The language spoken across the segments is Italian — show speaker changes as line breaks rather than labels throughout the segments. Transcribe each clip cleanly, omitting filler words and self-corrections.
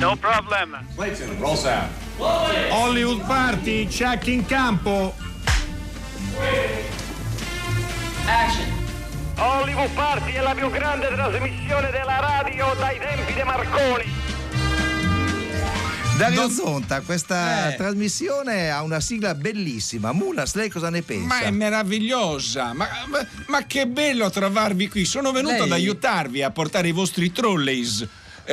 No problem.
Clayton, roll sound.
Hollywood Party, check in campo.
Action. Hollywood Party è la più grande trasmissione della radio dai tempi di Marconi.
Dario Zonta, questa trasmissione ha una sigla bellissima. Mulas, lei cosa ne pensa?
Ma è meravigliosa, ma che bello trovarvi qui. Sono venuto ad aiutarvi a portare i vostri trolleys.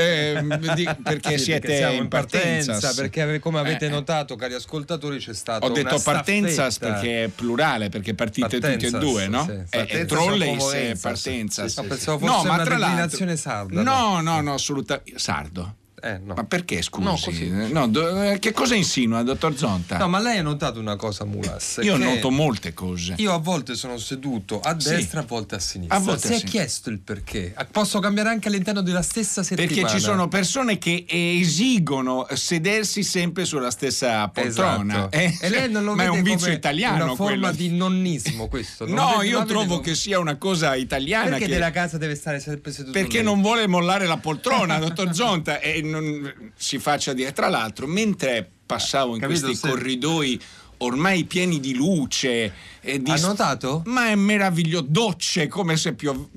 Perché siete
siamo
in partenza,
perché come avete notato, cari ascoltatori, c'è stato
ho detto
una
partenza
staffetta.
perché è plurale, perché partite tutti e due, no?
Partenza
Trolleys e
sono
partenza.
Pensavo fosse una declinazione sarda.
No, assolutamente sardo.
No.
Ma perché, scusi?
No, così.
Che cosa insinua, dottor Zonta?
No, ma lei ha notato una cosa, Mulas?
Io noto molte cose.
Io a volte sono seduto a destra, a volte a sinistra.
A volte
si è chiesto il perché? Posso cambiare anche all'interno della stessa settimana?
Perché ci sono persone che esigono sedersi sempre sulla stessa poltrona.
Esatto. E lei non lo
ma
vede
è un vizio
come
italiano,
una forma
quello.
di nonnismo questo?
No, io trovo che sia una cosa italiana.
Perché della casa deve stare sempre seduto?
Perché
lei?
non vuole mollare la poltrona, dottor Zonta, e non si faccia dire. Tra l'altro, mentre passavo in questi corridoi ormai pieni di luce,
ha notato?
Ma è meraviglioso, docce come se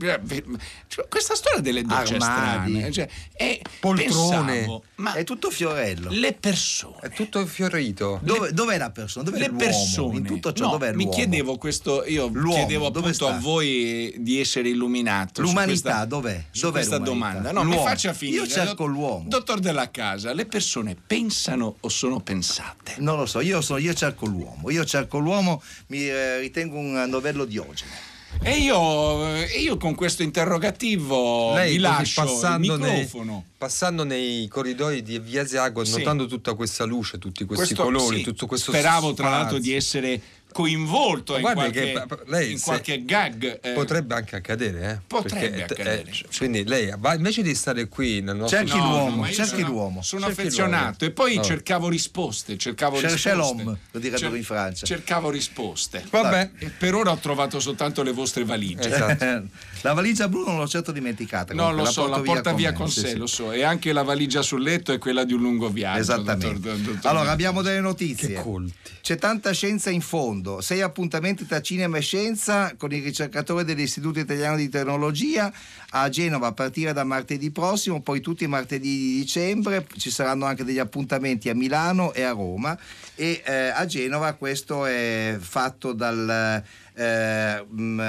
questa storia delle docce strane,
poltrone,
pensavo, ma
è tutto fiorello,
le persone,
è tutto fiorito.
Dov'è la persona? Dov'è
le
l'uomo?
persone
In tutto ciò, dov'è
mi
l'uomo?
chiedevo questo, io chiedevo appunto a voi di essere illuminato
l'umanità dov'è?
Su questa domanda. No, mi faccia finire.
Io cerco l'uomo.
Dottor Della Casa, le persone pensano o sono pensate?
Non lo so, io cerco l'uomo, mi ritengo un novello Diogene.
E io con questo interrogativo vi lascio il microfono.
Passando nei corridoi di Via Asiago, notando tutta questa luce, tutti questi colori, tutto questo
speravo tra l'altro di essere coinvolto in
lei
qualche gag.
Potrebbe anche accadere,
Potrebbe accadere.
Quindi lei invece di stare qui nel nostro
cerchi l'uomo.
Sono affezionato, e poi cercavo risposte.
L'homme, lo direbbero in Francia.
Cercavo risposte.
Vabbè.
E per ora ho trovato soltanto le vostre valigie.
Esatto.
La valigia blu non l'ho certo dimenticata.
No, lo so, la porta via con sé, lo so. E anche la valigia sul letto è quella di un lungo viaggio.
Esattamente.
Dottor
Allora, abbiamo delle notizie.
Che colti.
C'è tanta scienza in fondo. 6 appuntamenti tra cinema e scienza con i ricercatori dell'Istituto Italiano di Tecnologia a Genova a partire da martedì prossimo, poi tutti i martedì di dicembre. Ci saranno anche degli appuntamenti a Milano e a Roma, e a Genova questo è fatto è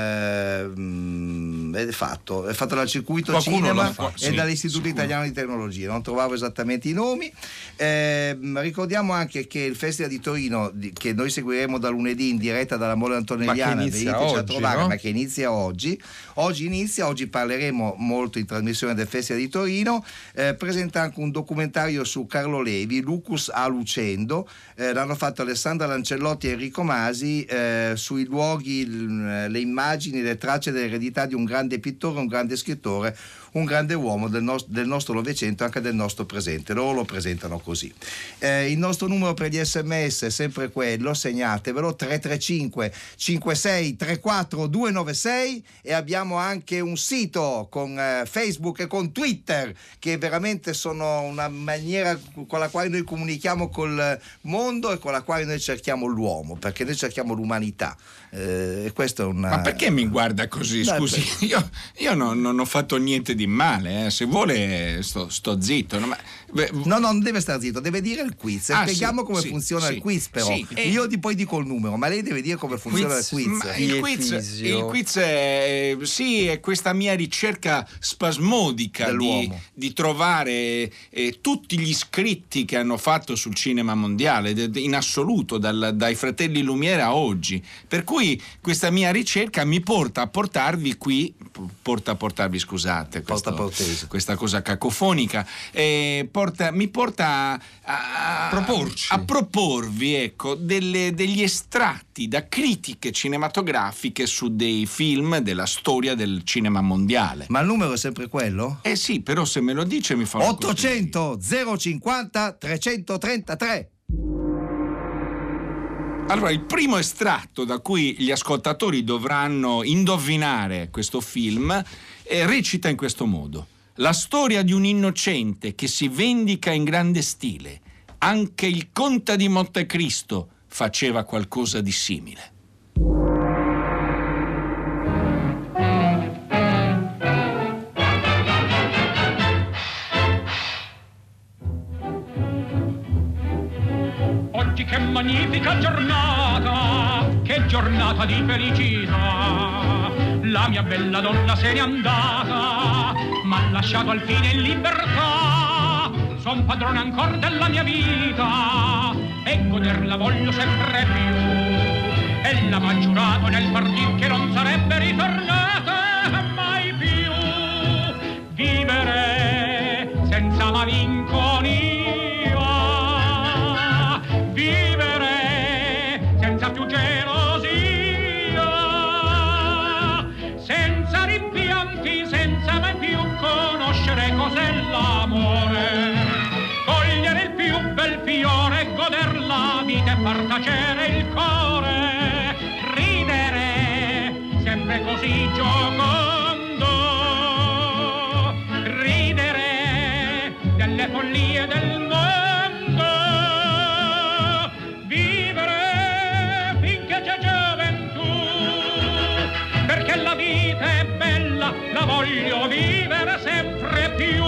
fatto dal circuito cinema e dall'Istituto Italiano di Tecnologia. Non trovavo esattamente i nomi. Ricordiamo anche che il Festival di Torino, che noi seguiremo da lunedì in diretta dalla Mole Antonelliana, veniteci a trovare, no? Ma che inizia oggi parleremo molto in trasmissione del Festival di Torino. Presenta anche un documentario su Carlo Levi, Lucus a Lucendo, l'hanno fatto Alessandra Lancellotti e Enrico Masi, sui luoghi, le immagini, le tracce dell'eredità di un grande pittore, un grande scrittore, un grande uomo del nostro Novecento, anche del nostro presente. Loro lo presentano così. Il nostro numero per gli SMS è sempre quello, segnatevelo, 335 56 34 296, e abbiamo anche un sito con Facebook e con Twitter, che veramente sono una maniera con la quale noi comunichiamo col mondo e con la quale noi cerchiamo l'uomo, perché noi cerchiamo l'umanità. E questo è una...
Ma perché mi guarda così? Scusi, io non ho fatto niente di male, se vuole sto zitto.
No, non deve stare zitto, deve dire il quiz. Spieghiamo come funziona il quiz, però. Io poi dico il numero, ma lei deve dire come funziona il quiz.
Il quiz è questa mia ricerca spasmodica di trovare tutti gli scritti che hanno fatto sul cinema mondiale, in assoluto, dai fratelli Lumière a oggi. Per cui questa mia ricerca mi porta a portarvi qui, scusate, questa cosa cacofonica, mi porta a proporvi degli estratti da critiche cinematografiche su dei film della storia del cinema mondiale.
Ma il numero è sempre quello?
Sì, però se me lo dice mi fa
800 050 333.
Allora, il primo estratto da cui gli ascoltatori dovranno indovinare questo film recita in questo modo: La storia di un innocente che si vendica in grande stile. Anche il conte di Montecristo faceva qualcosa di simile.
Oggi che magnifica giornata, che giornata di felicità. La mia bella donna se n'è andata, m'ha lasciato al fine in libertà. Son padrone ancor della mia vita e goderla voglio sempre più. Ella m'ha giurato nel partir che non sarebbe ritornata mai più. Vivere senza malinconia, vivere senza più gelosia, senza rimpianti, senza mai più conoscere cos'è l'amore. Cogliere il più bel fiore e goder la vita e far tacere il cuore. Ridere sempre così giocondo, ridere delle follie del mondo, vivere finché c'è gioventù, perché la vita è bella, la voglio vivere sempre più.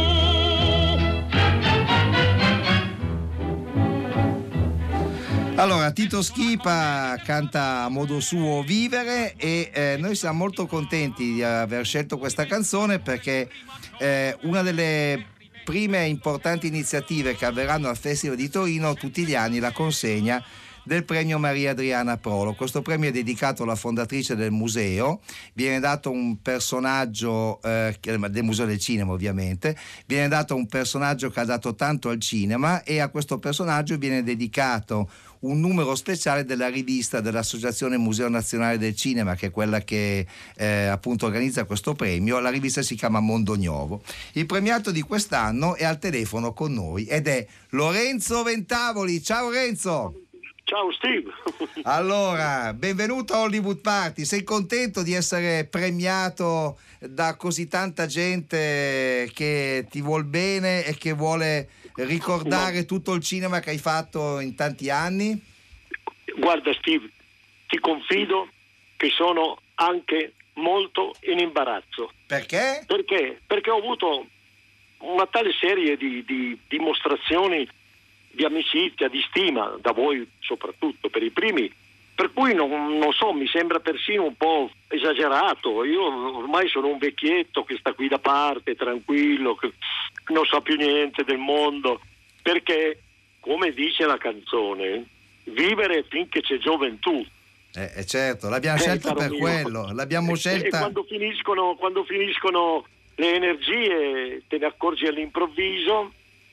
Allora, Tito Schipa canta a modo suo Vivere e noi siamo molto contenti di aver scelto questa canzone perché una delle prime importanti iniziative che avverranno al Festival di Torino tutti gli anni la consegna del premio Maria Adriana Prolo. Questo premio è dedicato alla fondatrice del museo, viene dato un personaggio del Museo del Cinema ovviamente, viene dato un personaggio che ha dato tanto al cinema e a questo personaggio viene dedicato un numero speciale della rivista dell'Associazione Museo Nazionale del Cinema, che è quella che appunto organizza questo premio. La rivista si chiama Mondo Nuovo. Il premiato di quest'anno è al telefono con noi ed è Lorenzo Ventavoli. Ciao Lorenzo!
Ciao Steve.
Allora, benvenuto a Hollywood Party. Sei contento di essere premiato da così tanta gente che ti vuol bene e che vuole ricordare tutto il cinema che hai fatto in tanti anni?
Guarda Steve, ti confido che sono anche molto in imbarazzo.
Perché?
Perché ho avuto una tale serie di dimostrazioni di amicizia, di stima, da voi soprattutto per i primi, per cui non so, mi sembra persino un po' esagerato. Io ormai sono un vecchietto che sta qui da parte, tranquillo, che non sa più niente del mondo, perché, come dice la canzone, vivere finché c'è gioventù.
Certo, l'abbiamo scelta per quello, l'abbiamo scelta.
E quando finiscono le energie te ne accorgi all'improvviso,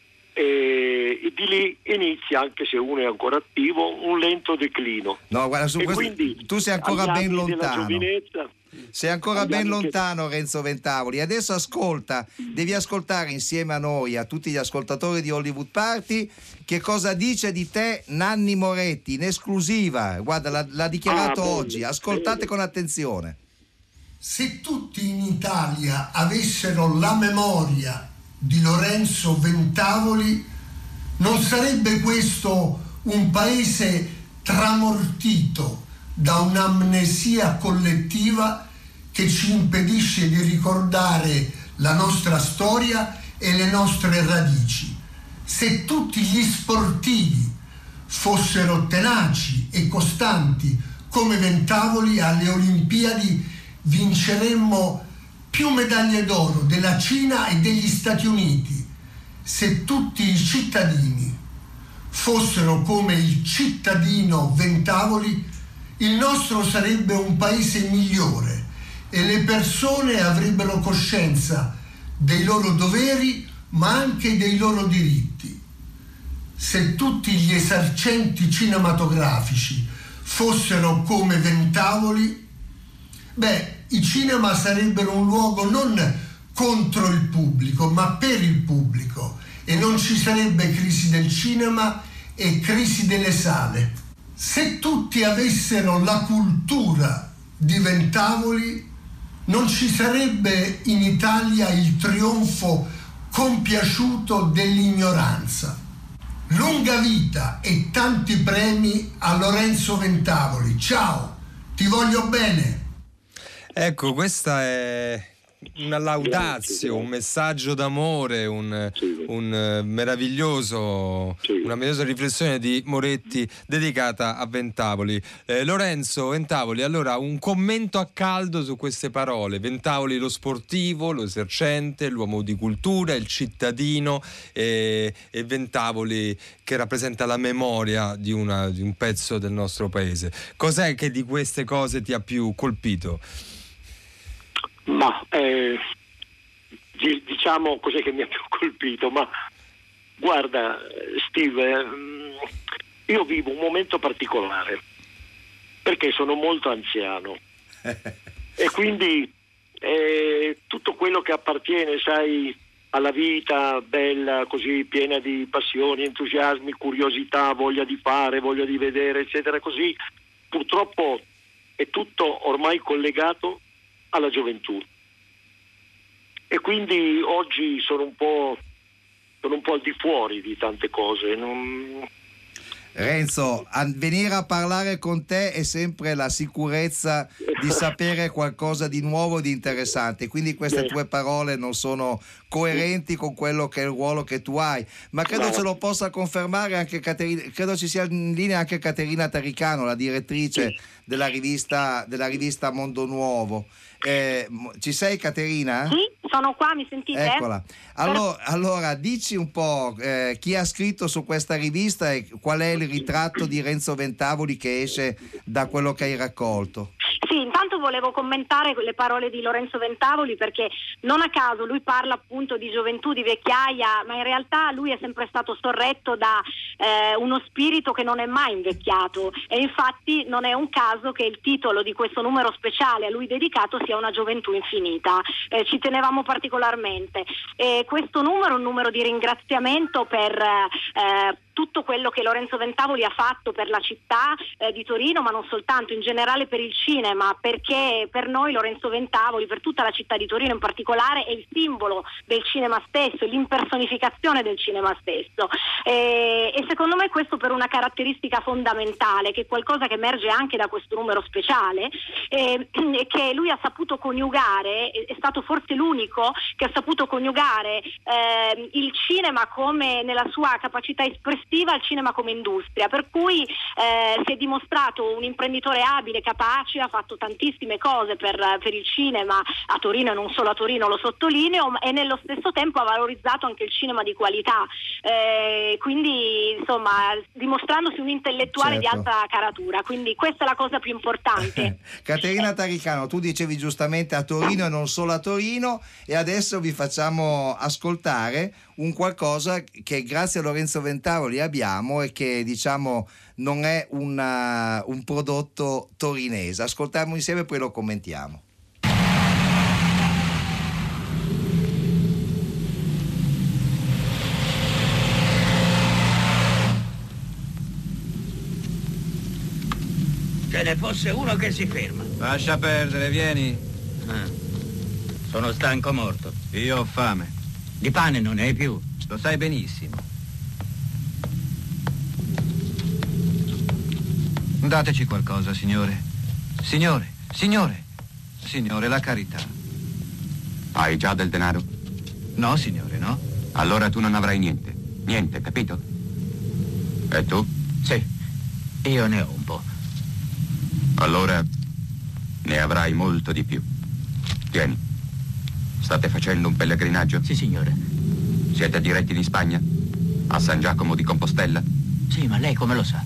e di lì inizia, anche se uno è ancora attivo, un lento declino.
No, guarda, su questo, tu sei ancora ben lontano. Sei ancora ben lontano, Renzo Ventavoli. Adesso ascolta, devi ascoltare insieme a noi, a tutti gli ascoltatori di Hollywood Party, che cosa dice di te Nanni Moretti in esclusiva. Guarda, l'ha dichiarato oggi. Ascoltate con attenzione.
Se tutti in Italia avessero la memoria di Lorenzo Ventavoli, non sarebbe questo un paese tramortito da un'amnesia collettiva che ci impedisce di ricordare la nostra storia e le nostre radici. Se tutti gli sportivi fossero tenaci e costanti come Ventavoli, alle Olimpiadi vinceremmo più medaglie d'oro della Cina e degli Stati Uniti. Se tutti i cittadini fossero come il cittadino Ventavoli, il nostro sarebbe un paese migliore e le persone avrebbero coscienza dei loro doveri ma anche dei loro diritti. Se tutti gli esercenti cinematografici fossero come Ventavoli, i cinema sarebbero un luogo non contro il pubblico, ma per il pubblico, e non ci sarebbe crisi del cinema e crisi delle sale. Se tutti avessero la cultura di Ventavoli, non ci sarebbe in Italia il trionfo compiaciuto dell'ignoranza. Lunga vita e tanti premi a Lorenzo Ventavoli. Ciao, ti voglio bene.
Ecco, questa è una laudazio, un messaggio d'amore, una meravigliosa riflessione di Moretti dedicata a Ventavoli. Lorenzo Ventavoli, allora un commento a caldo su queste parole. Ventavoli lo sportivo, lo esercente, l'uomo di cultura, il cittadino, e Ventavoli che rappresenta la memoria di un pezzo del nostro paese. Cos'è che di queste cose ti ha più colpito?
Ma diciamo cos'è che mi ha più colpito, ma guarda Steve, io vivo un momento particolare perché sono molto anziano e quindi tutto quello che appartiene, sai, alla vita bella, così piena di passioni, entusiasmi, curiosità, voglia di fare, voglia di vedere, eccetera, così purtroppo è tutto ormai collegato alla gioventù, e quindi oggi sono un po' al di fuori di tante cose.
Renzo, venire a parlare con te è sempre la sicurezza di sapere qualcosa di nuovo e di interessante, quindi queste tue parole non sono coerenti con quello che è il ruolo che tu hai, ma credo ce lo possa confermare anche Caterina, credo ci sia in linea anche Caterina Taricano, la direttrice della rivista Mondo Nuovo. Ci sei, Caterina?
Sì, sono qua, mi sentite?
Eccola. Allora dici un po' chi ha scritto su questa rivista e qual è il ritratto di Renzo Ventavoli che esce da quello che hai raccolto.
Sì, intanto volevo commentare le parole di Lorenzo Ventavoli, perché non a caso lui parla appunto di gioventù, di vecchiaia, ma in realtà lui è sempre stato sorretto da uno spirito che non è mai invecchiato, e infatti non è un caso che il titolo di questo numero speciale a lui dedicato sia Una gioventù infinita. Ci tenevamo particolarmente. Questo numero è un numero di ringraziamento per tutto quello che Lorenzo Ventavoli ha fatto per la città di Torino, ma non soltanto, in generale per il cinema, perché per noi Lorenzo Ventavoli, per tutta la città di Torino in particolare, è il simbolo del cinema stesso, l'impersonificazione del cinema stesso, e secondo me questo per una caratteristica fondamentale, che è qualcosa che emerge anche da questo numero speciale, e che lui ha saputo coniugare, è stato forse l'unico che ha saputo coniugare il cinema come nella sua capacità espressiva al cinema come industria, per cui si è dimostrato un imprenditore abile, capace, ha fatto tantissime cose per il cinema a Torino, e non solo a Torino, lo sottolineo, e nello stesso tempo ha valorizzato anche il cinema di qualità, quindi insomma dimostrandosi un intellettuale di alta caratura, quindi questa è la cosa più importante.
Caterina Taricano, tu dicevi giustamente a Torino e non solo a Torino, e adesso vi facciamo ascoltare un qualcosa che grazie a Lorenzo Ventavoli abbiamo e che diciamo non è un prodotto torinese. Ascoltiamo insieme e poi lo commentiamo.
Ce ne fosse uno che si ferma.
Lascia perdere, vieni.
Sono stanco morto.
Io ho fame.
Di pane non ne hai più.
Lo sai benissimo. Dateci qualcosa, signore. Signore, la carità.
Hai già del denaro?
No, signore, no.
Allora tu non avrai niente. Niente, capito? E tu?
Sì, io ne ho un po'.
Allora ne avrai molto di più. Tieni. State facendo un pellegrinaggio?
Sì, signore.
Siete diretti in Spagna? A San Giacomo di Compostela?
Sì, ma lei come lo sa?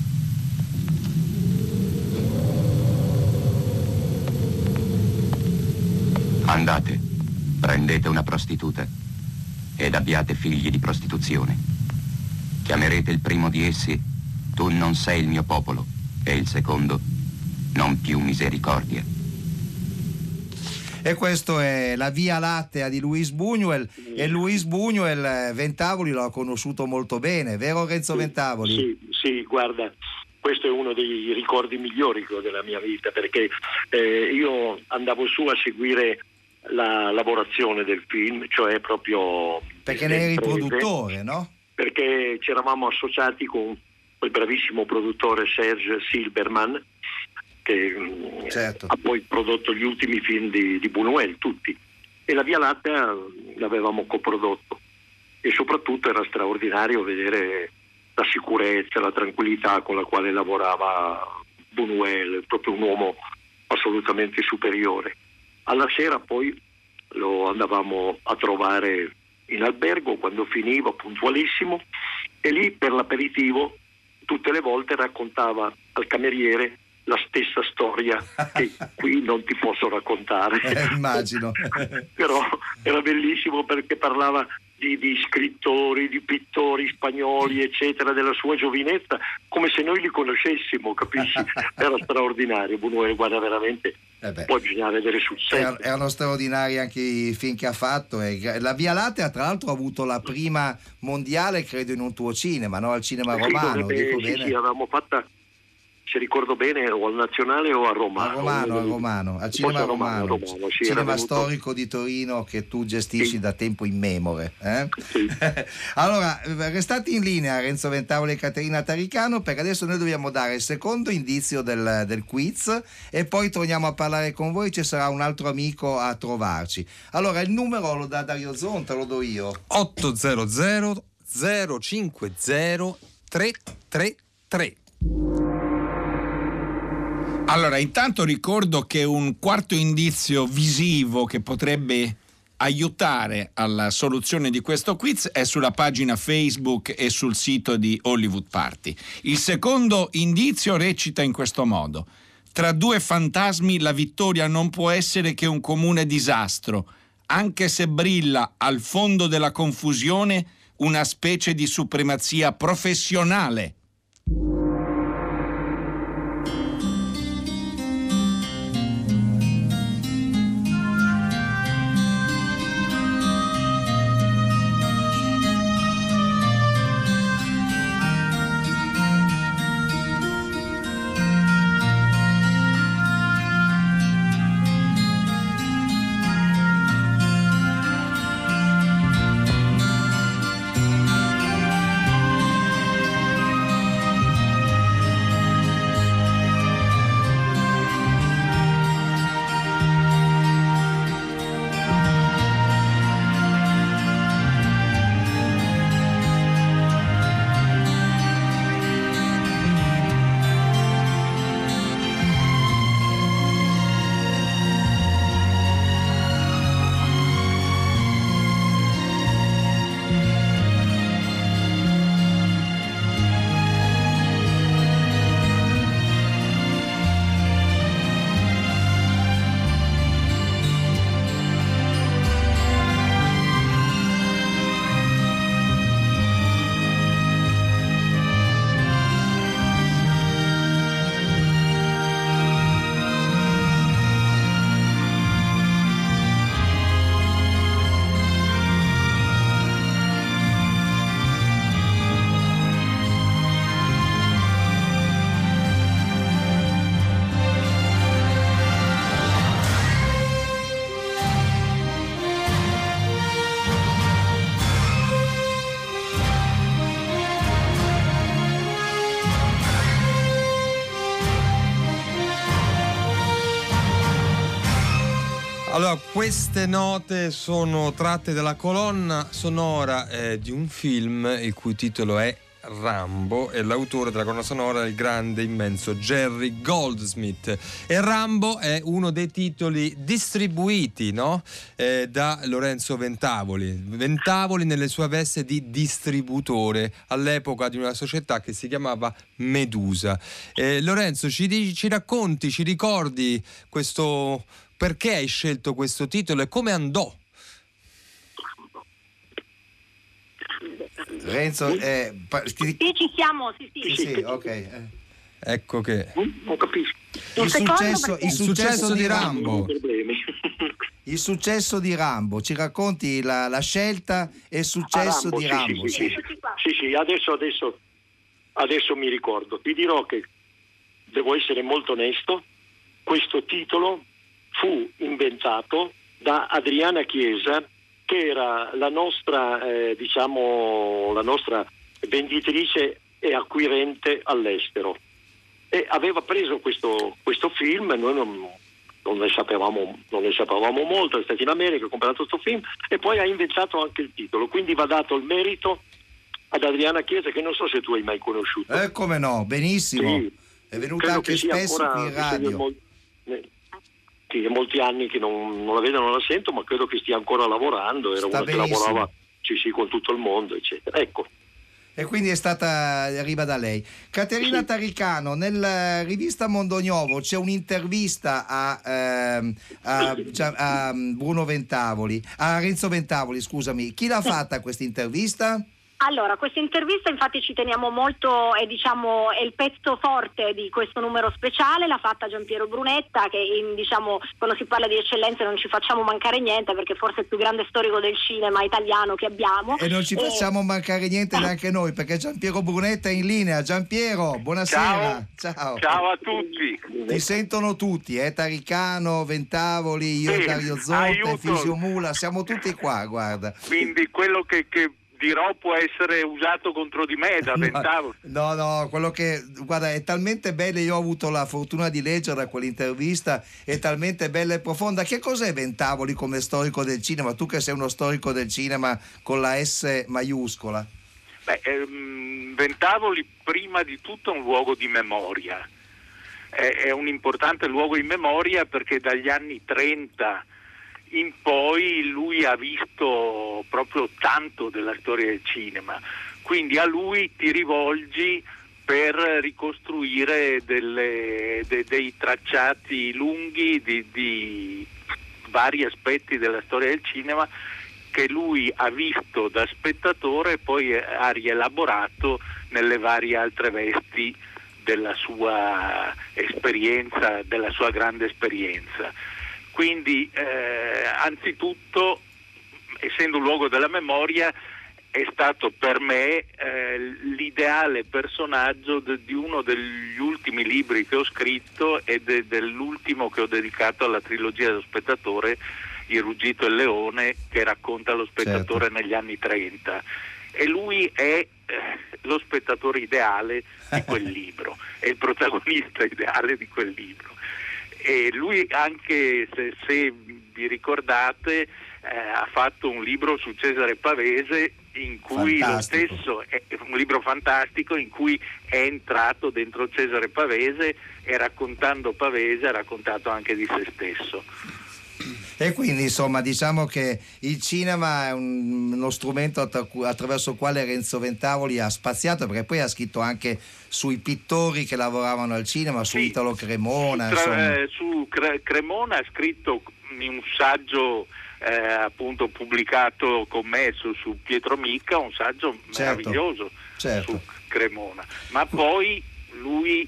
Andate, prendete una prostituta ed abbiate figli di prostituzione. Chiamerete il primo di essi Tu non sei il mio popolo, e il secondo Non più misericordia.
E questo è La Via Lattea di Luis Buñuel, e Luis Buñuel Ventavoli l'ho conosciuto molto bene, vero Renzo Ventavoli?
Sì, guarda, questo è uno dei ricordi migliori della mia vita, perché io andavo su a seguire la lavorazione del film, cioè proprio
perché ne eri produttore, no?
Perché ci eravamo associati con quel bravissimo produttore Serge Silberman, che ha poi prodotto gli ultimi film di Buñuel, tutti, e la Via Lattea l'avevamo coprodotto, e soprattutto era straordinario vedere la sicurezza, la tranquillità con la quale lavorava Buñuel, proprio un uomo assolutamente superiore. Alla sera poi lo andavamo a trovare in albergo quando finiva, puntualissimo, e lì per l'aperitivo tutte le volte raccontava al cameriere la stessa storia che qui non ti posso raccontare.
Immagino.
Però era bellissimo perché parlava di scrittori, di pittori spagnoli, eccetera, della sua giovinezza, come se noi li conoscessimo, capisci? Era straordinario. Buñuel, guarda, veramente, poi bisogna vedere sul set.
Erano straordinari anche i film che ha fatto. La Via Lattea, tra l'altro, ha avuto la prima mondiale, credo, in un tuo cinema, no? Al cinema romano.
Sì, avevamo fatta, se ricordo bene, o al Nazionale o a Romano.
Al Romano, al cinema romano, sì, cinema storico di Torino che tu gestisci da tempo immemore. Sì. Allora, restate in linea Renzo Ventavoli e Caterina Taricano, perché adesso noi dobbiamo dare il secondo indizio del quiz e poi torniamo a parlare con voi, ci sarà un altro amico a trovarci. Allora, il numero lo dà Dario Zonta, lo do io.
800 050 333.
Allora, intanto ricordo che un quarto indizio visivo che potrebbe aiutare alla soluzione di questo quiz è sulla pagina Facebook e sul sito di Hollywood Party. Il secondo indizio recita in questo modo: tra due fantasmi la vittoria non può essere che un comune disastro, anche se brilla al fondo della confusione una specie di supremazia professionale.
Allora, queste note sono tratte dalla colonna sonora di un film il cui titolo è Rambo, e l'autore della colonna sonora è il grande, immenso Jerry Goldsmith, e Rambo è uno dei titoli distribuiti, no? Da Lorenzo Ventavoli nelle sue vesti di distributore all'epoca di una società che si chiamava Medusa. Lorenzo, ci racconti, ci ricordi questo, perché hai scelto questo titolo e come andò?
Renzo,
sì, ci siamo,
sì, ok.
Ecco che
non capisco.
Il successo di Rambo. Il successo di Rambo, ci racconti la scelta e il successo di Rambo?
Sì, adesso mi ricordo. Ti dirò che devo essere molto onesto, questo titolo fu inventato da Adriana Chiesa, che era la nostra venditrice e acquirente all'estero, e aveva preso questo film. Noi non ne sapevamo molto, è stato in America, ha comprato questo film e poi ha inventato anche il titolo, quindi va dato il merito ad Adriana Chiesa, che non so se tu hai mai conosciuto.
Come no, benissimo. Sì, è venuta anche spesso qui in radio.
Sì, è molti anni che non la vedo, non la sento, ma credo che stia ancora lavorando. Era una benissimo. Che lavorava con tutto il mondo, eccetera. Ecco.
E quindi arriva da lei. Caterina Taricano, nella rivista Mondoniovo c'è un'intervista a Bruno Ventavoli, a Renzo Ventavoli, scusami. Chi l'ha fatta questa intervista?
Allora, questa intervista infatti ci teniamo molto, è il pezzo forte di questo numero speciale, l'ha fatta Giampiero Brunetta, che quando si parla di eccellenze non ci facciamo mancare niente, perché forse è il più grande storico del cinema italiano che abbiamo.
E non ci facciamo mancare niente neanche noi, perché Giampiero Brunetta è in linea. Giampiero, buonasera.
Ciao a tutti.
Ti sentono tutti, Taricano, Ventavoli, io, Dario Zotta, Fisio Mula, siamo tutti qua, guarda.
Quindi quello che dirò può essere usato contro di me da Ventavoli.
No, quello che, guarda, è talmente bella, io ho avuto la fortuna di leggere quell'intervista, è talmente bella e profonda. Che cos'è Ventavoli come storico del cinema? Tu che sei uno storico del cinema con la S maiuscola.
Ventavoli prima di tutto è un luogo di memoria, è un importante luogo di memoria, perché dagli anni 30 in poi lui ha visto proprio tanto della storia del cinema, quindi a lui ti rivolgi per ricostruire dei tracciati lunghi di vari aspetti della storia del cinema che lui ha visto da spettatore e poi ha rielaborato nelle varie altre vesti della sua esperienza, della sua grande esperienza. Quindi anzitutto, essendo un luogo della memoria, è stato per me l'ideale personaggio di uno degli ultimi libri che ho scritto e dell'ultimo che ho dedicato alla trilogia dello spettatore, Il ruggito e il leone, che racconta lo spettatore negli anni 30. E lui è lo spettatore ideale di quel libro, è il protagonista ideale di quel libro. E lui, anche se vi ricordate, ha fatto un libro su Cesare Pavese, in cui lo stesso è un libro fantastico, in cui è entrato dentro Cesare Pavese e raccontando Pavese ha raccontato anche di se stesso.
E quindi insomma diciamo che il cinema è uno strumento attraverso il quale Renzo Ventavoli ha spaziato, perché poi ha scritto anche sui pittori che lavoravano al cinema, su Italo Cremona.
Su Cremona ha scritto un saggio appunto pubblicato con me su Pietro Micca, un saggio meraviglioso su Cremona, ma poi lui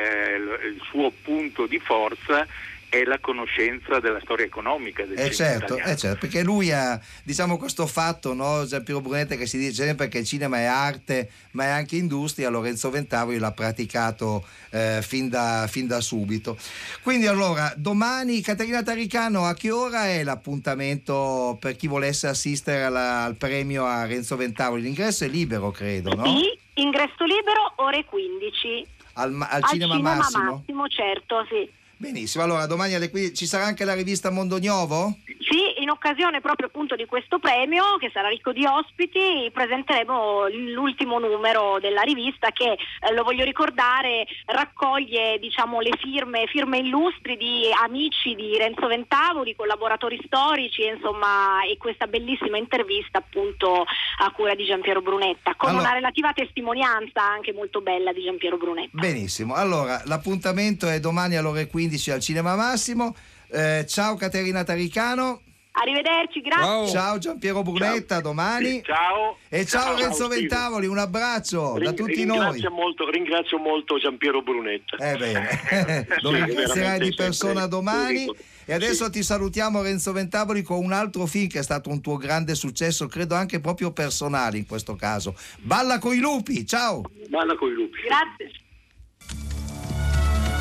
il suo punto di forza è la conoscenza della storia economica del cinema italiano.
Certo, perché lui ha, diciamo, questo fatto, no, Giampiero Brunetta, che si dice sempre che il cinema è arte ma è anche industria. Lorenzo Ventavoli l'ha praticato fin da subito. Quindi allora, domani, Caterina Taricano, a che ora è l'appuntamento per chi volesse assistere al premio a Renzo Ventavoli? L'ingresso è libero, credo, no?
Sì, ingresso libero, ore 15.
Al cinema Massimo?
Certo, sì.
Benissimo, allora domani alle 15 ci sarà anche la rivista Mondoniovo?
Sì, in occasione proprio appunto di questo premio, che sarà ricco di ospiti, presenteremo l'ultimo numero della rivista che, lo voglio ricordare, raccoglie, diciamo, le firme illustri di amici di Renzo Ventavoli, collaboratori storici, insomma, e questa bellissima intervista appunto a cura di Giampiero Brunetta, con una relativa testimonianza anche molto bella di Giampiero Brunetta.
Benissimo, allora l'appuntamento è domani alle ore 15 al Cinema Massimo. Ciao Caterina Taricano.
Arrivederci, grazie.
Ciao Giampiero Brunetta, domani.
Ciao.
E ciao Renzo Ventavoli, un abbraccio da tutti noi.
Ringrazio molto Giampiero Brunetta.
Bene, lo ringrazierai di persona domani. E adesso ti salutiamo, Renzo Ventavoli, con un altro film che è stato un tuo grande successo, credo anche proprio personale in questo caso. Balla coi lupi, ciao.
Balla coi lupi.
Grazie.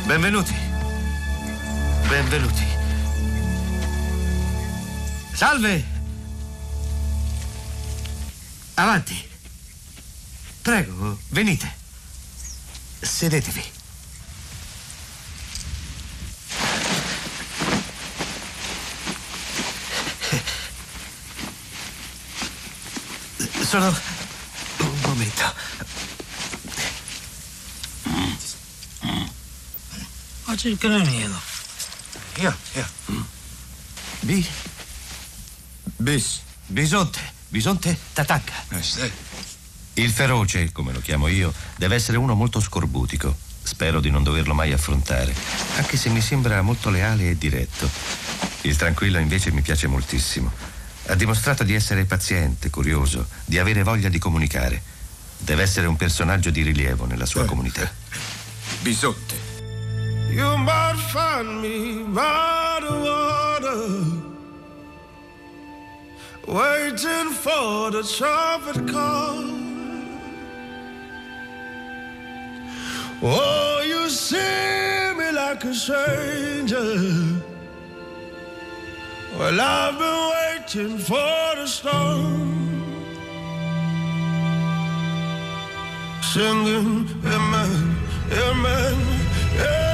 Benvenuti. Benvenuti. Salve. Avanti. Prego, venite. Sedetevi. Solo un momento.
Oggi il craniero.
Io. Bisonte Tatanka.
Sì.
Il feroce, come lo chiamo io, deve essere uno molto scorbutico. Spero di non doverlo mai affrontare, anche se mi sembra molto leale e diretto. Il tranquillo invece mi piace moltissimo. Ha dimostrato di essere paziente, curioso, di avere voglia di comunicare. Deve essere un personaggio di rilievo nella sua comunità.
Bisonte.
You might find me by the water, waiting for the trumpet call. Oh, you see me like a stranger. Well, I've been waiting for the storm, singing amen, amen, amen.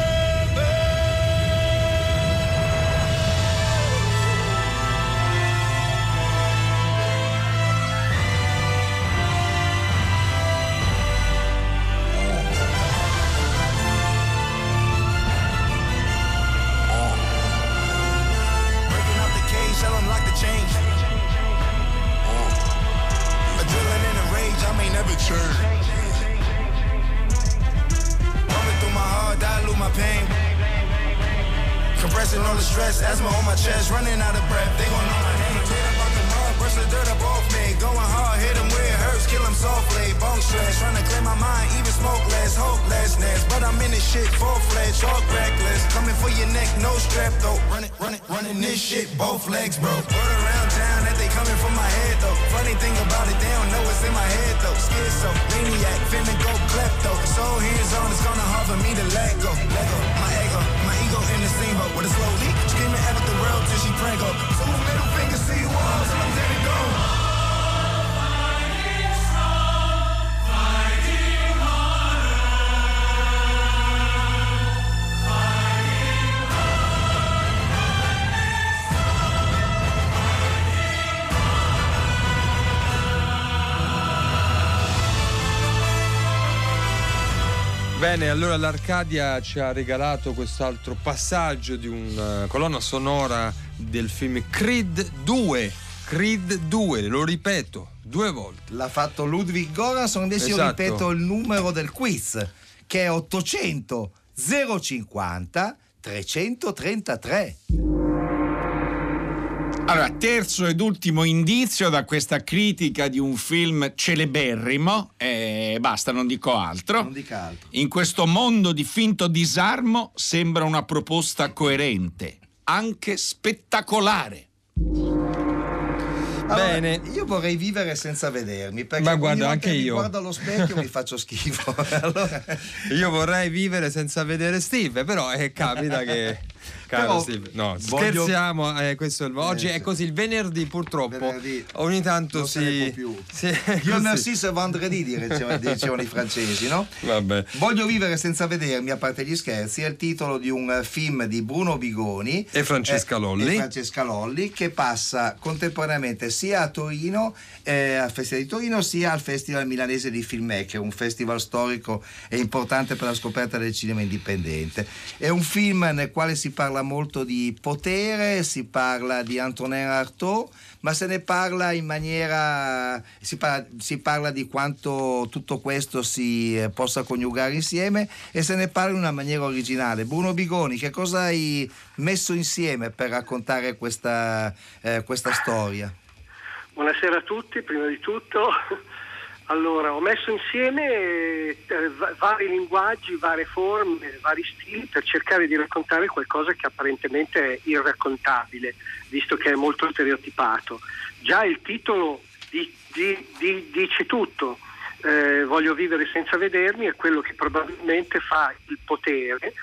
Compressing all the stress, asthma on my chest, running out of breath. They gon' know my name. Straight up out the mud, brush the dirt up off me. Going hard, hit them where it hurts, kill them softly. Bone stress, trying to clear my mind, even smoke less, hopelessness. But I'm in this shit, full-fledged, talk reckless. Coming for your neck, no strap though. Running this shit, both legs, bro. Word around town that they coming for my head though. Funny thing about it, they don't know what's in my head though. Schizo, maniac, finna go klepto. So hands on, it's gonna hard for me to let go. My ego in the steamboat with a slow leak, screaming at the world till she prank up. So the middle finger see you all, so I'm ready to go.
Bene, allora l'Arcadia ci ha regalato quest'altro passaggio di una colonna sonora del film Creed 2. Creed 2, lo ripeto, 2 volte.
L'ha fatto Ludwig Göransson, invece io ripeto il numero del quiz, che è 800 050 333.
Allora, terzo ed ultimo indizio da questa critica di un film celeberrimo, basta, non dico altro.
Non dica altro.
In questo mondo di finto disarmo sembra una proposta coerente, anche spettacolare.
Allora,
bene,
io vorrei vivere senza vedermi, perché
ma guarda, anche io
mi guardo allo specchio mi faccio schifo. Allora...
Io vorrei vivere senza vedere Steve, però capita che... Caro Steve, no, scherziamo, questo è oggi è così, il venerdì purtroppo ogni tanto
non se ne può più. Dio merci c'est vendredi, dicevano i francesi, no?
Vabbè.
Voglio vivere senza vedermi, a parte gli scherzi, è il titolo di un film di Bruno Bigoni
e Francesca
Lolli, che passa contemporaneamente sia a Torino, al Festival di Torino, sia al Festival Milanese di Filmmaker, un festival storico e importante per la scoperta del cinema indipendente. È un film nel quale si parla molto di potere, si parla di Antonin Artaud, ma se ne parla in maniera si parla di quanto tutto questo si possa coniugare insieme, e se ne parla in una maniera originale. Bruno Bigoni, che cosa hai messo insieme per raccontare questa storia?
Buonasera a tutti, prima di tutto. Allora, ho messo insieme vari linguaggi, varie forme, vari stili per cercare di raccontare qualcosa che apparentemente è irraccontabile, visto che è molto stereotipato. Già il titolo dice tutto. Voglio vivere senza vedermi è quello che probabilmente fa il potere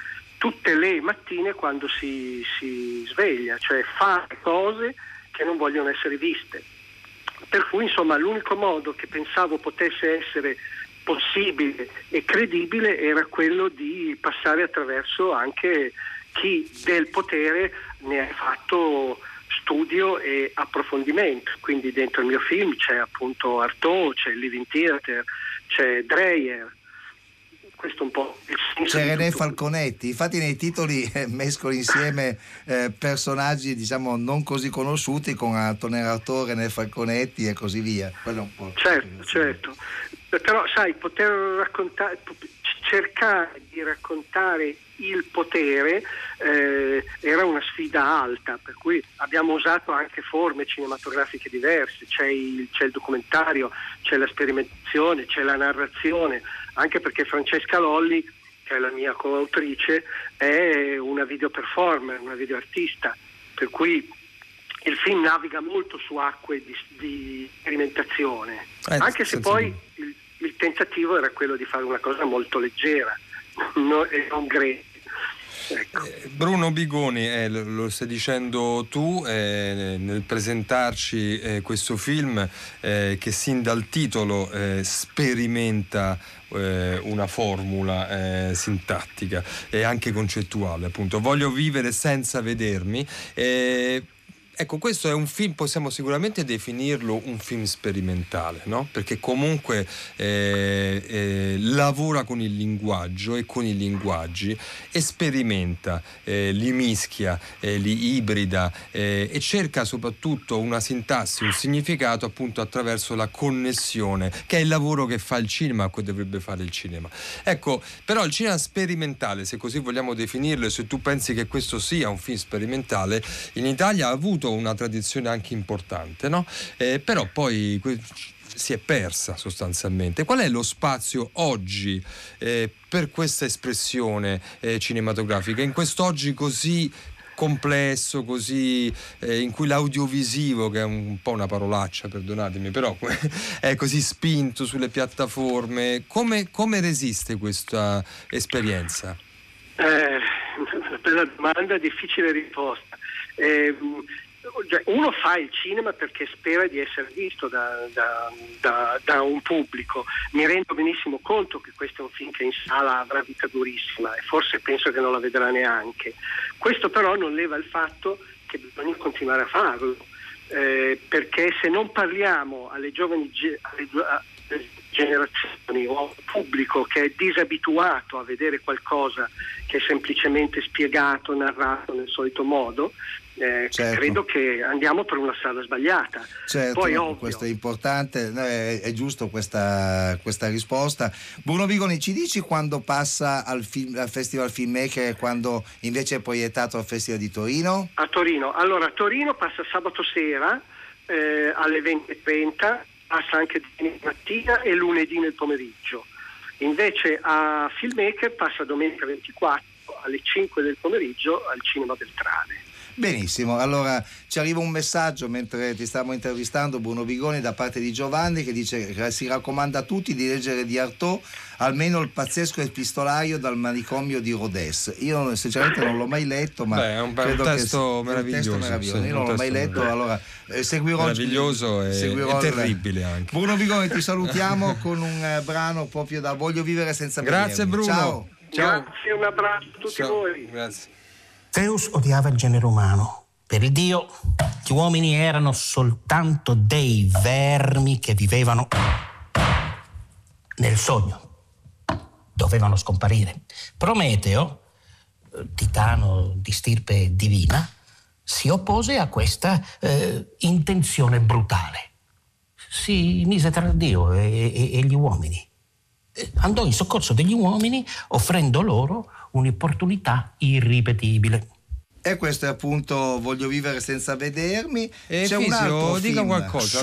tutte le mattine quando si sveglia, cioè fare cose che non vogliono essere viste. Per cui insomma l'unico modo che pensavo potesse essere possibile e credibile era quello di passare attraverso anche chi del potere ne ha fatto studio e approfondimento. Quindi dentro il mio film c'è appunto Artaud, c'è Living Theater, c'è Dreyer, questo un po' il senso.
C'è René Falconetti, infatti nei titoli mescoli insieme personaggi diciamo non così conosciuti con Antonio Artaud, René Falconetti e così via. Quello un po'.
Certo. Però sai, poter raccontare, cercare di raccontare il potere era una sfida alta, per cui abbiamo usato anche forme cinematografiche diverse, c'è il documentario, c'è la sperimentazione, c'è la narrazione, anche perché Francesca Lolli, che è la mia coautrice, è una video performer, una video artista, per cui il film naviga molto su acque di sperimentazione, anche se poi il tentativo era quello di fare una cosa molto leggera e non grezza. Ecco.
Bruno Bigoni, lo stai dicendo tu nel presentarci questo film che sin dal titolo sperimenta una formula sintattica e anche concettuale, appunto. Voglio vivere senza vedermi. Ecco, questo è un film, possiamo sicuramente definirlo un film sperimentale, no? Perché comunque lavora con il linguaggio e con i linguaggi e sperimenta, li mischia, li ibrida e cerca soprattutto una sintassi, un significato appunto attraverso la connessione, che è il lavoro che fa il cinema, che dovrebbe fare il cinema. Ecco, però il cinema sperimentale, se così vogliamo definirlo, e se tu pensi che questo sia un film sperimentale, in Italia ha avuto una tradizione anche importante, no? Però poi si è persa sostanzialmente. Qual è lo spazio oggi per questa espressione cinematografica, in quest'oggi così complesso, così in cui l'audiovisivo, che è un po' una parolaccia, perdonatemi, però è così spinto sulle piattaforme, come resiste questa esperienza?
Una bella domanda, difficile risposta. Uno fa il cinema perché spera di essere visto da un pubblico. Mi rendo benissimo conto che questo è un film che in sala avrà vita durissima e forse penso che non la vedrà neanche. Questo però non leva il fatto che bisogna continuare a farlo, perché se non parliamo alle giovani generazioni o al pubblico che è disabituato a vedere qualcosa che è semplicemente spiegato, narrato nel solito modo, certo, credo che andiamo per una strada sbagliata.
Certo,
poi ovvio,
questo è importante, è giusto questa risposta. Bruno Bigoni, ci dici quando passa al Festival Filmmaker e quando invece è proiettato al Festival di Torino?
A Torino, allora a Torino passa sabato sera alle 20:30, passa anche domenica mattina e lunedì nel pomeriggio. Invece a Filmmaker passa domenica 24 alle 5 del pomeriggio al Cinema Beltrame.
Benissimo, allora ci arriva un messaggio mentre ti stavamo intervistando, Bruno Bigoni, da parte di Giovanni, che dice che si raccomanda a tutti di leggere di Artaud almeno Il pazzesco epistolario dal manicomio di Rodez. Io sinceramente non l'ho mai letto, ma
è un testo meraviglioso.
Sì, io non l'ho mai letto, allora seguirò.
Meraviglioso e terribile anche.
Bruno Bigoni, ti salutiamo con un brano proprio da Voglio vivere senza vedermi.
Grazie Bruno.
Ciao.
Grazie, un abbraccio a tutti voi.
Grazie.
Zeus odiava il genere umano. Per il dio, gli uomini erano soltanto dei vermi che vivevano nel sogno. Dovevano scomparire. Prometeo, titano di stirpe divina, si oppose a questa intenzione brutale. Si mise tra Dio e gli uomini. Andò in soccorso degli uomini offrendo loro un'opportunità irripetibile.
E questo è appunto Voglio vivere senza vedermi.
C'è un altro dica film. Qualcosa.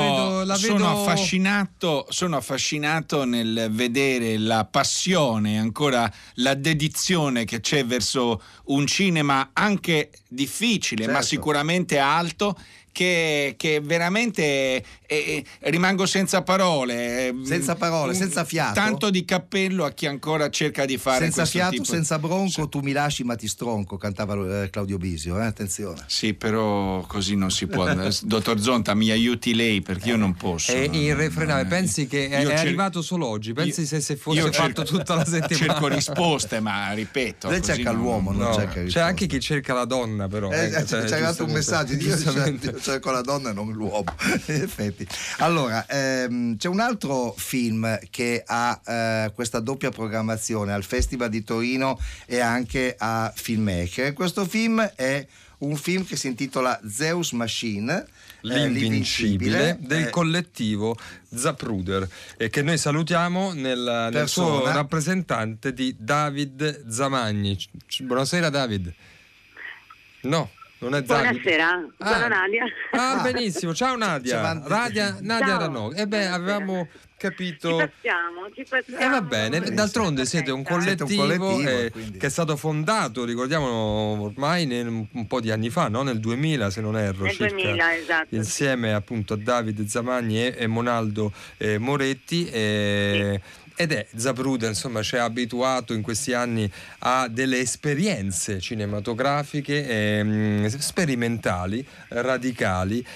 Sono affascinato nel vedere la passione, ancora la dedizione che c'è verso un cinema anche difficile, certo, ma sicuramente alto, che veramente rimango senza parole,
senza fiato.
Tanto di cappello a chi ancora cerca di fare
senza
questo
fiato,
tipo.
senza bronco, tu mi lasci ma ti stronco, cantava Claudio Bisio, attenzione.
Sì, però così non si può. Dottor Zonta, mi aiuti lei, perché io non posso.
È irrefrenabile. Pensi che è arrivato solo oggi? Pensi se fosse fatto tutta la settimana?
Cerco risposte, ma ripeto,
lei cerca l'uomo, non cerca risposte.
C'è anche chi cerca la donna, però
c'è arrivato un messaggio, io cerco la donna e non l'uomo. In effetti. Allora, c'è un altro film che ha questa doppia programmazione al Festival di Torino e anche a Filmmaker. Questo film è un film che si intitola Zeus Machine,
l'invincibile, del collettivo Zapruder, e che noi salutiamo nel suo rappresentante di David Zamagni. Buonasera David. No, non è David.
Buonasera, sono Nadia.
Benissimo, ciao Nadia. Nadia Ranocchi. Avevamo capito.
Ci passiamo.
Va bene, d'altronde siete un collettivo che è stato fondato, ricordiamo, ormai un po' di anni fa, no? Nel 2000 se non erro.
Nel 2000, esatto.
Insieme appunto a Davide Zamagni e Monaldo Moretti. Sì. Ed è Zapruder, insomma, ci ha abituato in questi anni a delle esperienze cinematografiche sperimentali, radicali,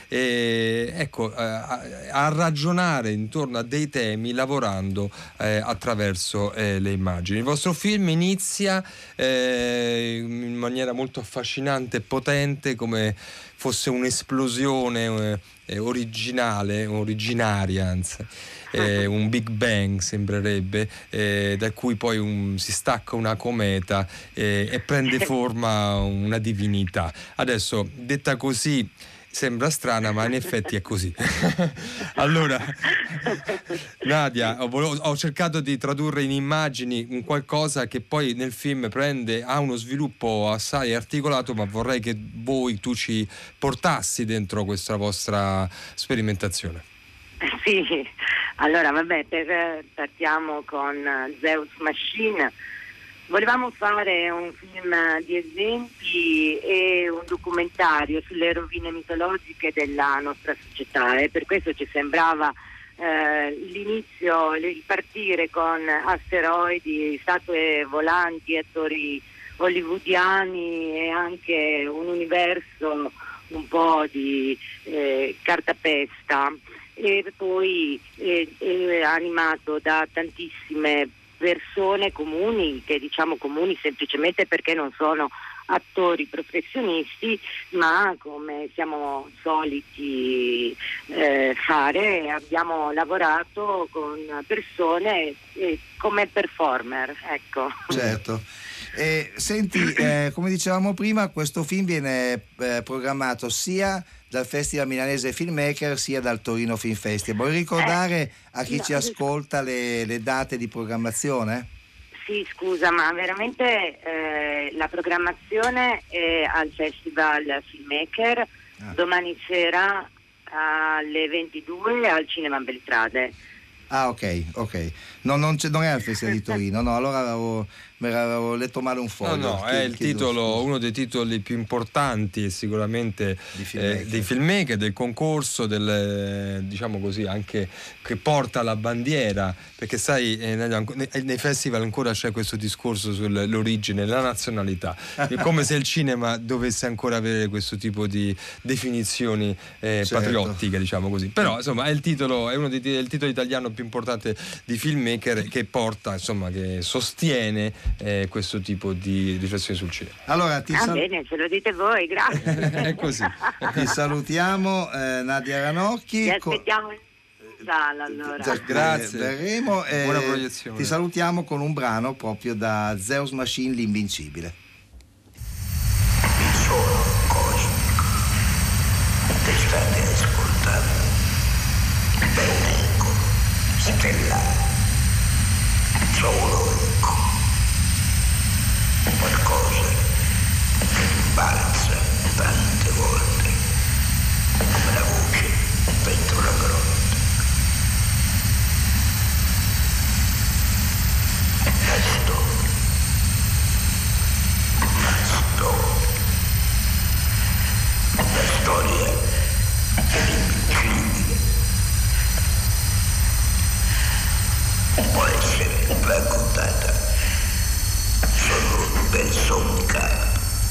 a ragionare intorno a dei temi lavorando attraverso le immagini. Il vostro film inizia in maniera molto affascinante e potente, come fosse un'esplosione originaria, anzi. Un Big Bang sembrerebbe, da cui poi si stacca una cometa e prende forma una divinità. Adesso, detta così, sembra strana, ma in effetti è così. Allora, Nadia, ho cercato di tradurre in immagini un qualcosa che poi nel film ha uno sviluppo assai articolato, ma vorrei che tu ci portassi dentro questa vostra sperimentazione.
Sì, allora partiamo con Zeus Machine. Volevamo fare un film di esempi e un documentario sulle rovine mitologiche della nostra società, e per questo ci sembrava l'inizio, il partire con asteroidi, statue volanti, attori hollywoodiani e anche un universo un po' di cartapesta, e poi animato da tantissime persone comuni, che diciamo comuni semplicemente perché non sono attori professionisti, ma come siamo soliti fare, abbiamo lavorato con persone come performer, ecco.
Certo. Senti, come dicevamo prima, questo film viene programmato sia dal Festival Milanese Filmmaker sia dal Torino Film Festival. Vuoi ricordare a chi ci ascolta le date di programmazione?
Sì, scusa, ma veramente la programmazione è al Festival Filmmaker domani sera alle 22 al Cinema Beltrade.
Ah, ok. Non è al Festival di Torino, no, allora avevo letto male un foglio.
No, è il titolo, uno dei titoli più importanti sicuramente dei filmmaker, del concorso, diciamo così, anche che porta la bandiera, perché sai, nei festival ancora c'è questo discorso sull'origine, la nazionalità, come se il cinema dovesse ancora avere questo tipo di definizioni patriottiche, diciamo così. Però insomma è uno dei titoli italiano più importante di filmmaker, che porta, insomma, che sostiene questo tipo di riflessione sul cinema.
Allora,
bene, ce lo dite voi, grazie.
È così.
Ti salutiamo, Nadia Ranocchi.
Ti aspettiamo in sala, allora.
Grazie.
Verremo,
buona proiezione.
Ti salutiamo con un brano proprio da Zeus Machine, l'invincibile.
Il suono cosmico che state ascoltando è un eco stellare, solo eco, qualcosa che balza tante volte come la voce dentro la grotta. La storia può essere raccontata solo per somnicare.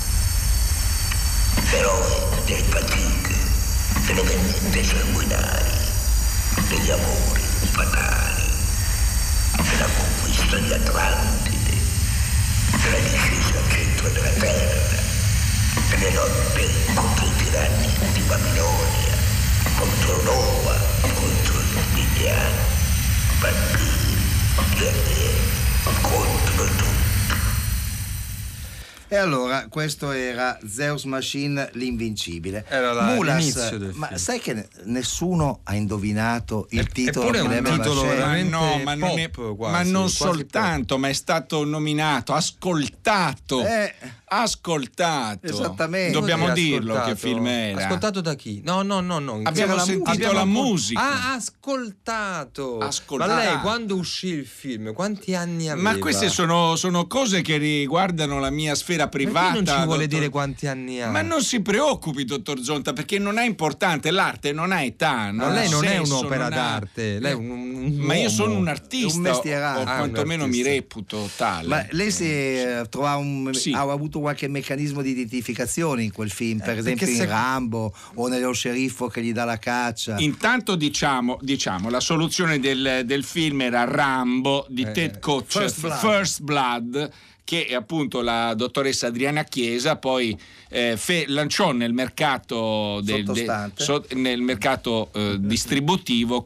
Però delle fatiche, delle vendette sanguinari, degli amori fatali, della conquista di Atlantide, della discesa al centro della terra, delle lotte contro i tiranni di Babilonia, contro Roma, contro gli indiani, vampiri, guerrieri, contro tutto.
E allora questo era Zeus Machine l'invincibile.
Era
l'inizio del film. Sai che nessuno ha indovinato il titolo?
Eppure è un titolo veramente
ma non soltanto,
pop.
Ma è stato nominato, ascoltato.
Esattamente.
Dobbiamo dirlo che film era.
Ascoltato da chi? No.
Abbiamo sentito la musica.
Ascoltato. Ma lei quando uscì il film, quanti anni aveva?
Ma queste sono cose che riguardano la mia sfera privata.
Perché non ci vuole dire quanti anni ha?
Ma non si preoccupi, dottor Zonta, perché non è importante. L'arte non ha età.
Ma lei non è un'opera d'arte. Lei è
ma io sono un artista,
un mestierante,
o quantomeno mi reputo tale.
Ma lei ha avuto qualche meccanismo di identificazione in quel film, per esempio in Rambo o nello sceriffo che gli dà la caccia?
Intanto diciamo la soluzione del film era Rambo di Ted Kotcheff, First Blood, che appunto la dottoressa Adriana Chiesa poi lanciò nel mercato nel mercato distributivo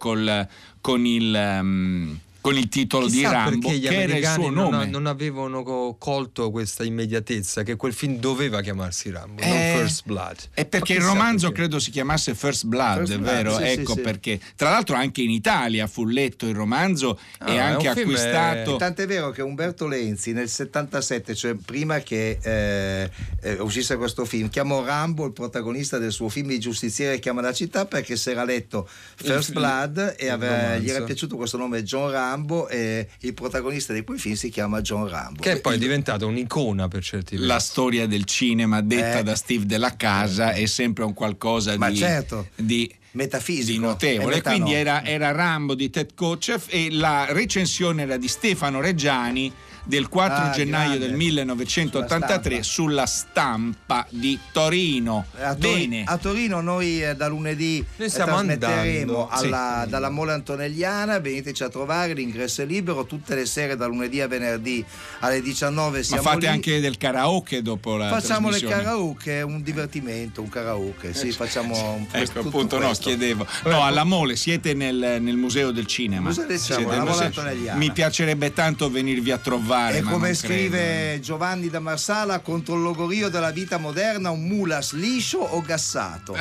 con il titolo di Rambo,
perché gli
che era il suo nome.
Non avevano colto questa immediatezza che quel film doveva chiamarsi Rambo, non First Blood.
È perché il romanzo credo si chiamasse First Blood, è vero?
Sì,
ecco
sì.
Perché tra l'altro anche in Italia fu letto il romanzo e anche acquistato.
Tant'è vero che Umberto Lenzi nel 77, cioè prima che uscisse questo film, chiamò Rambo il protagonista del suo film Il giustiziere chiama la città, perché si era letto First Blood e gli era piaciuto questo nome John Rambo, e il protagonista di quel film si chiama John Rambo,
che poi è diventata un'icona per certi versi.
La storia del cinema detta da Steve Della Casa è sempre un qualcosa di metafisico, di notevole. Quindi era Rambo di Ted Kotcheff e la recensione era di Stefano Reggiani del 4 gennaio del 1983 sulla Stampa di Torino.
A Torino noi da lunedì trasmetteremo dalla Mole Antonelliana. Veniteci a trovare, l'ingresso è libero tutte le sere da lunedì a venerdì alle 19.
Ma fate anche del karaoke dopo la
facciamo le
trasmissione?
karaoke, è un divertimento, un karaoke, sì, facciamo
ecco appunto chiedevo. No, alla Mole siete nel Museo del Cinema.
Museo del Cinema, la Mole Antonelliana.
Mi piacerebbe tanto venirvi a trovare.
E come scrive Giovanni da Marsala, contro il logorio della vita moderna, un mulas liscio o gassato?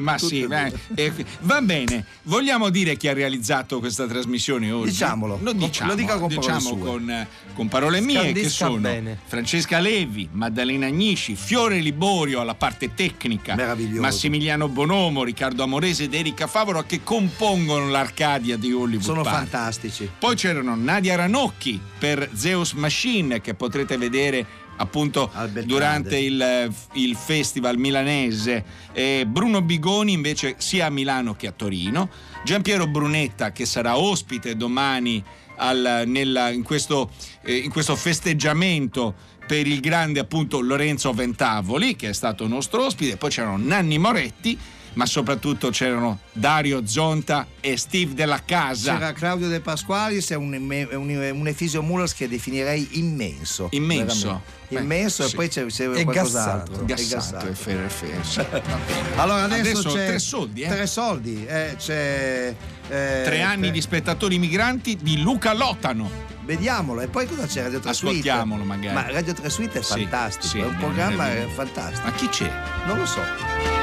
Va bene. Vogliamo dire chi ha realizzato questa trasmissione oggi?
Diciamolo.
Lo dica con parole mie, che sono Francesca Levi, Maddalena Agnisci, Fiore Liborio alla parte tecnica, Massimiliano Bonomo, Riccardo Amorese ed Erika Favaro, che compongono l'Arcadia di Hollywood
Sono
Park.
fantastici.
Poi c'erano Nadia Ranocchi per Zeus Machine, che potrete vedere appunto durante il festival milanese, Bruno Bigoni invece sia a Milano che a Torino, Giampiero Brunetta che sarà ospite domani in questo festeggiamento per il grande appunto Lorenzo Ventavoli, che è stato nostro ospite. Poi c'erano Nanni Moretti, ma soprattutto c'erano Dario Zonta e Steve Della Casa.
C'era Claudio De Pasqualis, è un Efisio Mulas che definirei immenso. Immenso, e poi c'è qualcos'altro.
Gassato.
Allora adesso c'è
3
soldi. C'è
3 anni di spettatori migranti di Luca Lotano.
Vediamolo, e poi cosa c'è? Radio 3 Suite.
Ascoltiamolo magari.
Ma Radio 3 Suite è fantastico, è un programma fantastico.
Ma chi c'è?
Non lo so.